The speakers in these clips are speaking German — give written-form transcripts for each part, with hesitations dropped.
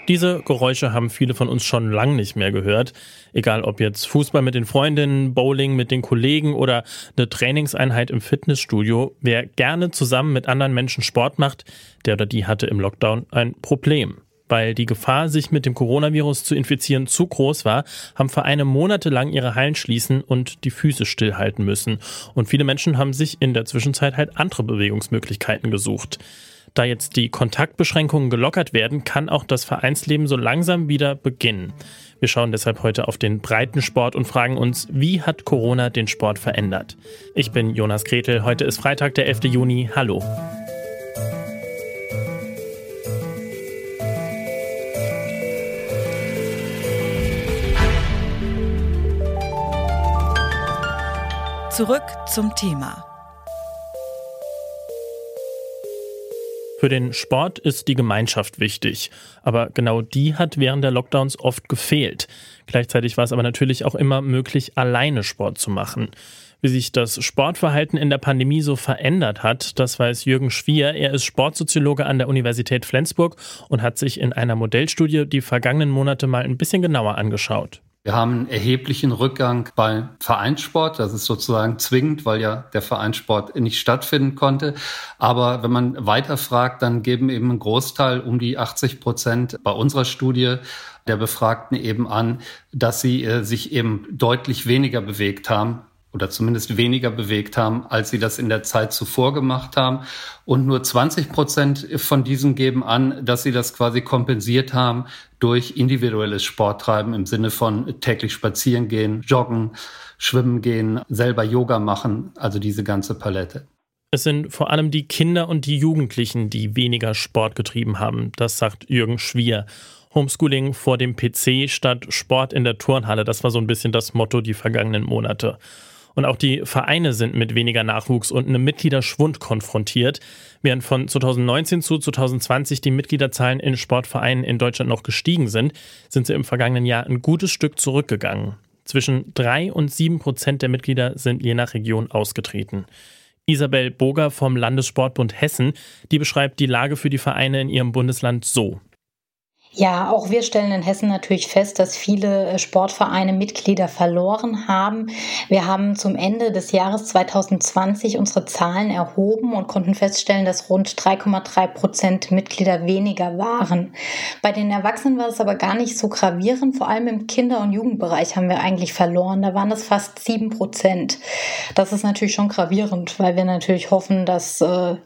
Diese Geräusche haben viele von uns schon lange nicht mehr gehört. Egal ob jetzt Fußball mit den Freundinnen, Bowling mit den Kollegen oder eine Trainingseinheit im Fitnessstudio. Wer gerne zusammen mit anderen Menschen Sport macht, der oder die hatte im Lockdown ein Problem. Weil die Gefahr, sich mit dem Coronavirus zu infizieren, zu groß war, haben Vereine monatelang ihre Hallen schließen und die Füße stillhalten müssen. Und viele Menschen haben sich in der Zwischenzeit halt andere Bewegungsmöglichkeiten gesucht. Da jetzt die Kontaktbeschränkungen gelockert werden, kann auch das Vereinsleben so langsam wieder beginnen. Wir schauen deshalb heute auf den Breitensport und fragen uns, wie hat Corona den Sport verändert? Ich bin Jonas Gretel, heute ist Freitag, der 11. Juni. Hallo. Zurück zum Thema. Für den Sport ist die Gemeinschaft wichtig, aber genau die hat während der Lockdowns oft gefehlt. Gleichzeitig war es aber natürlich auch immer möglich, alleine Sport zu machen. Wie sich das Sportverhalten in der Pandemie so verändert hat, das weiß Jürgen Schwier. Er ist Sportsoziologe an der Universität Flensburg und hat sich in einer Modellstudie die vergangenen Monate mal ein bisschen genauer angeschaut. Wir haben einen erheblichen Rückgang beim Vereinssport. Das ist sozusagen zwingend, weil ja der Vereinssport nicht stattfinden konnte. Aber wenn man weiterfragt, dann geben eben ein Großteil, um die 80% bei unserer Studie der Befragten eben an, dass sie sich eben deutlich weniger bewegt haben oder zumindest weniger bewegt haben, als sie das in der Zeit zuvor gemacht haben. Und nur 20% von diesen geben an, dass sie das quasi kompensiert haben durch individuelles Sporttreiben im Sinne von täglich spazieren gehen, joggen, schwimmen gehen, selber Yoga machen, also diese ganze Palette. Es sind vor allem die Kinder und die Jugendlichen, die weniger Sport getrieben haben. Das sagt Jürgen Schwier. Homeschooling vor dem PC statt Sport in der Turnhalle, das war so ein bisschen das Motto die vergangenen Monate. Und auch die Vereine sind mit weniger Nachwuchs und einem Mitgliederschwund konfrontiert. Während von 2019 zu 2020 die Mitgliederzahlen in Sportvereinen in Deutschland noch gestiegen sind, sind sie im vergangenen Jahr ein gutes Stück zurückgegangen. Zwischen 3 und 7% der Mitglieder sind je nach Region ausgetreten. Isabel Boger vom Landessportbund Hessen, die beschreibt die Lage für die Vereine in ihrem Bundesland so. Ja, auch wir stellen in Hessen natürlich fest, dass viele Sportvereine Mitglieder verloren haben. Wir haben zum Ende des Jahres 2020 unsere Zahlen erhoben und konnten feststellen, dass rund 3,3% Mitglieder weniger waren. Bei den Erwachsenen war es aber gar nicht so gravierend. Vor allem im Kinder- und Jugendbereich haben wir eigentlich verloren. Da waren es fast 7%. Das ist natürlich schon gravierend, weil wir natürlich hoffen, dass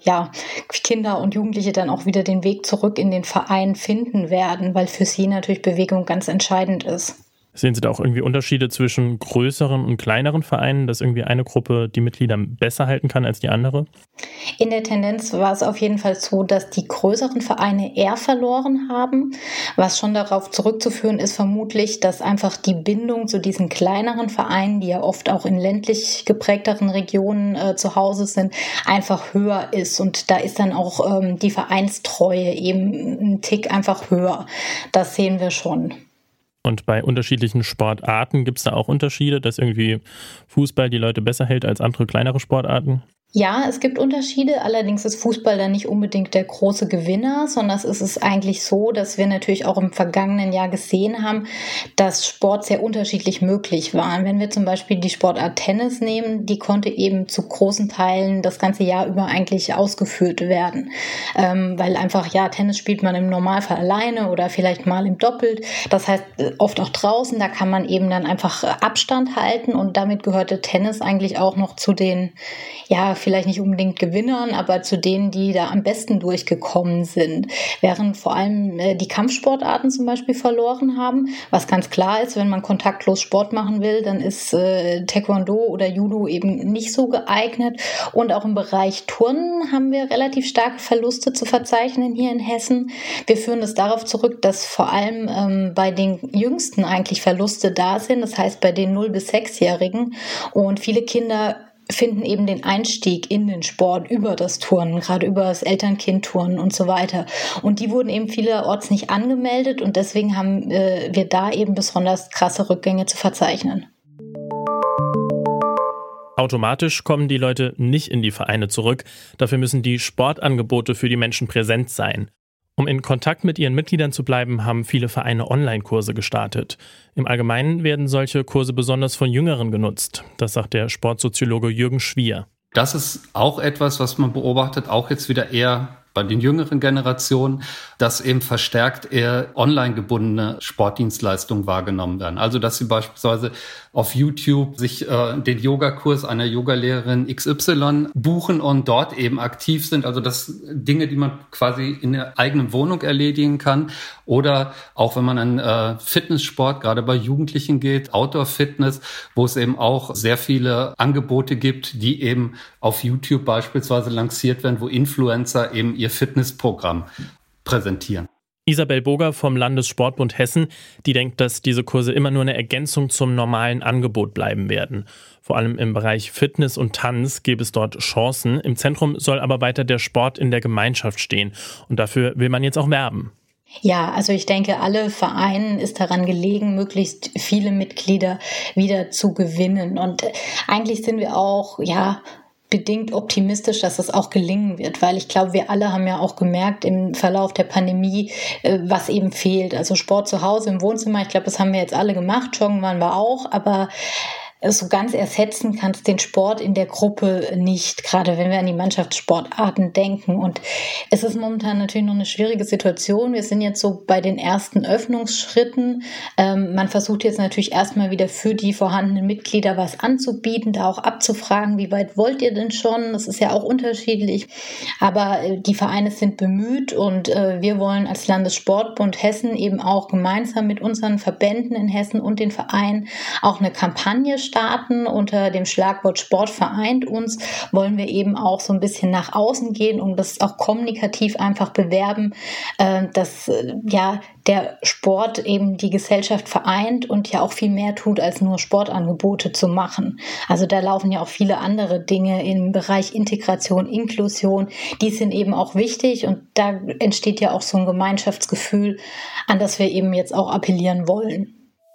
Kinder und Jugendliche dann auch wieder den Weg zurück in den Verein finden werden, weil für sie natürlich Bewegung ganz entscheidend ist. Sehen Sie da auch irgendwie Unterschiede zwischen größeren und kleineren Vereinen, dass irgendwie eine Gruppe die Mitglieder besser halten kann als die andere? In der Tendenz war es auf jeden Fall so, dass die größeren Vereine eher verloren haben, was schon darauf zurückzuführen ist vermutlich, dass einfach die Bindung zu diesen kleineren Vereinen, die ja oft auch in ländlich geprägteren Regionen zu Hause sind, einfach höher ist. Und da ist dann auch die Vereinstreue eben ein Tick einfach höher. Das sehen wir schon. Und bei unterschiedlichen Sportarten gibt es da auch Unterschiede, dass irgendwie Fußball die Leute besser hält als andere kleinere Sportarten? Ja, es gibt Unterschiede, allerdings ist Fußball dann nicht unbedingt der große Gewinner, sondern es ist eigentlich so, dass wir natürlich auch im vergangenen Jahr gesehen haben, dass Sport sehr unterschiedlich möglich war. Wenn wir zum Beispiel die Sportart Tennis nehmen, die konnte eben zu großen Teilen das ganze Jahr über eigentlich ausgeführt werden, weil einfach, Tennis spielt man im Normalfall alleine oder vielleicht mal im Doppelt, das heißt oft auch draußen, da kann man eben dann einfach Abstand halten und damit gehörte Tennis eigentlich auch noch zu den, vielleicht nicht unbedingt Gewinnern, aber zu denen, die da am besten durchgekommen sind. Während vor allem die Kampfsportarten zum Beispiel verloren haben, was ganz klar ist, wenn man kontaktlos Sport machen will, dann ist Taekwondo oder Judo eben nicht so geeignet. Und auch im Bereich Turnen haben wir relativ starke Verluste zu verzeichnen hier in Hessen. Wir führen das darauf zurück, dass vor allem bei den Jüngsten eigentlich Verluste da sind, das heißt bei den 0- bis 6-Jährigen. Und viele Kinder finden eben den Einstieg in den Sport über das Turnen, gerade über das Eltern-Kind-Turnen und so weiter. Und die wurden eben vielerorts nicht angemeldet und deswegen haben wir da eben besonders krasse Rückgänge zu verzeichnen. Automatisch kommen die Leute nicht in die Vereine zurück. Dafür müssen die Sportangebote für die Menschen präsent sein. Um in Kontakt mit ihren Mitgliedern zu bleiben, haben viele Vereine Online-Kurse gestartet. Im Allgemeinen werden solche Kurse besonders von Jüngeren genutzt. Das sagt der Sportsoziologe Jürgen Schwier. Das ist auch etwas, was man beobachtet, auch jetzt wieder eher bei den jüngeren Generationen, dass eben verstärkt eher online gebundene Sportdienstleistungen wahrgenommen werden. Also dass sie beispielsweise auf YouTube sich den Yogakurs einer Yogalehrerin XY buchen und dort eben aktiv sind. Also das Dinge, die man quasi in der eigenen Wohnung erledigen kann. Oder auch wenn man an Fitnesssport, gerade bei Jugendlichen geht, Outdoor-Fitness, wo es eben auch sehr viele Angebote gibt, die eben auf YouTube beispielsweise lanciert werden, wo Influencer eben ihr Fitnessprogramm präsentieren. Isabel Boger vom Landessportbund Hessen, die denkt, dass diese Kurse immer nur eine Ergänzung zum normalen Angebot bleiben werden. Vor allem im Bereich Fitness und Tanz gäbe es dort Chancen. Im Zentrum soll aber weiter der Sport in der Gemeinschaft stehen. Und dafür will man jetzt auch werben. Ja, also ich denke, alle Vereinen ist daran gelegen, möglichst viele Mitglieder wieder zu gewinnen. Und eigentlich sind wir auch, bedingt optimistisch, dass das auch gelingen wird, weil ich glaube, wir alle haben ja auch gemerkt im Verlauf der Pandemie, was eben fehlt. Also Sport zu Hause im Wohnzimmer, ich glaube, das haben wir jetzt alle gemacht, joggen waren wir auch, aber so ganz ersetzen kannst den Sport in der Gruppe nicht, gerade wenn wir an die Mannschaftssportarten denken. Und es ist momentan natürlich noch eine schwierige Situation. Wir sind jetzt so bei den ersten Öffnungsschritten. Man versucht jetzt natürlich erstmal wieder für die vorhandenen Mitglieder was anzubieten, da auch abzufragen, wie weit wollt ihr denn schon? Das ist ja auch unterschiedlich. Aber die Vereine sind bemüht und wir wollen als Landessportbund Hessen eben auch gemeinsam mit unseren Verbänden in Hessen und den Vereinen auch eine Kampagne starten unter dem Schlagwort Sport vereint uns, wollen wir eben auch so ein bisschen nach außen gehen und das auch kommunikativ einfach bewerben, dass der Sport eben die Gesellschaft vereint und ja auch viel mehr tut, als nur Sportangebote zu machen. Also da laufen ja auch viele andere Dinge im Bereich Integration, Inklusion, die sind eben auch wichtig und da entsteht ja auch so ein Gemeinschaftsgefühl, an das wir eben jetzt auch appellieren wollen.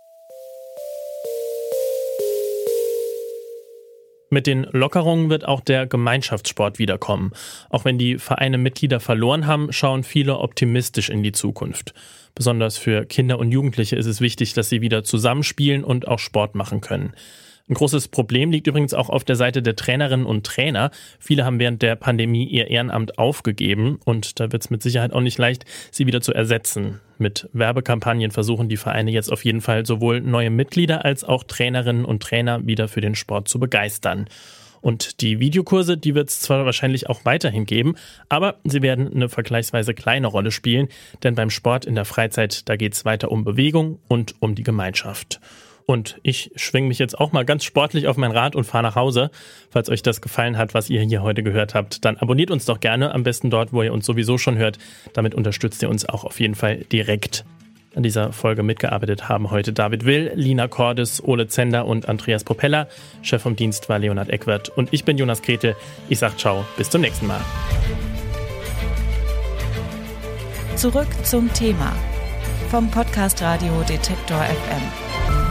Mit den Lockerungen wird auch der Gemeinschaftssport wiederkommen. Auch wenn die Vereine Mitglieder verloren haben, schauen viele optimistisch in die Zukunft. Besonders für Kinder und Jugendliche ist es wichtig, dass sie wieder zusammenspielen und auch Sport machen können. Ein großes Problem liegt übrigens auch auf der Seite der Trainerinnen und Trainer. Viele haben während der Pandemie ihr Ehrenamt aufgegeben und da wird es mit Sicherheit auch nicht leicht, sie wieder zu ersetzen. Mit Werbekampagnen versuchen die Vereine jetzt auf jeden Fall sowohl neue Mitglieder als auch Trainerinnen und Trainer wieder für den Sport zu begeistern. Und die Videokurse, die wird es zwar wahrscheinlich auch weiterhin geben, aber sie werden eine vergleichsweise kleine Rolle spielen, denn beim Sport in der Freizeit, da geht es weiter um Bewegung und um die Gemeinschaft. Und ich schwinge mich jetzt auch mal ganz sportlich auf mein Rad und fahre nach Hause. Falls euch das gefallen hat, was ihr hier heute gehört habt, dann abonniert uns doch gerne, am besten dort, wo ihr uns sowieso schon hört. Damit unterstützt ihr uns auch auf jeden Fall direkt. An dieser Folge mitgearbeitet haben heute David Will, Lina Cordes, Ole Zender und Andreas Propeller. Chef vom Dienst war Leonhard Eckwert und ich bin Jonas Gretel. Ich sag ciao, bis zum nächsten Mal. Zurück zum Thema vom Podcast Radio Detektor FM.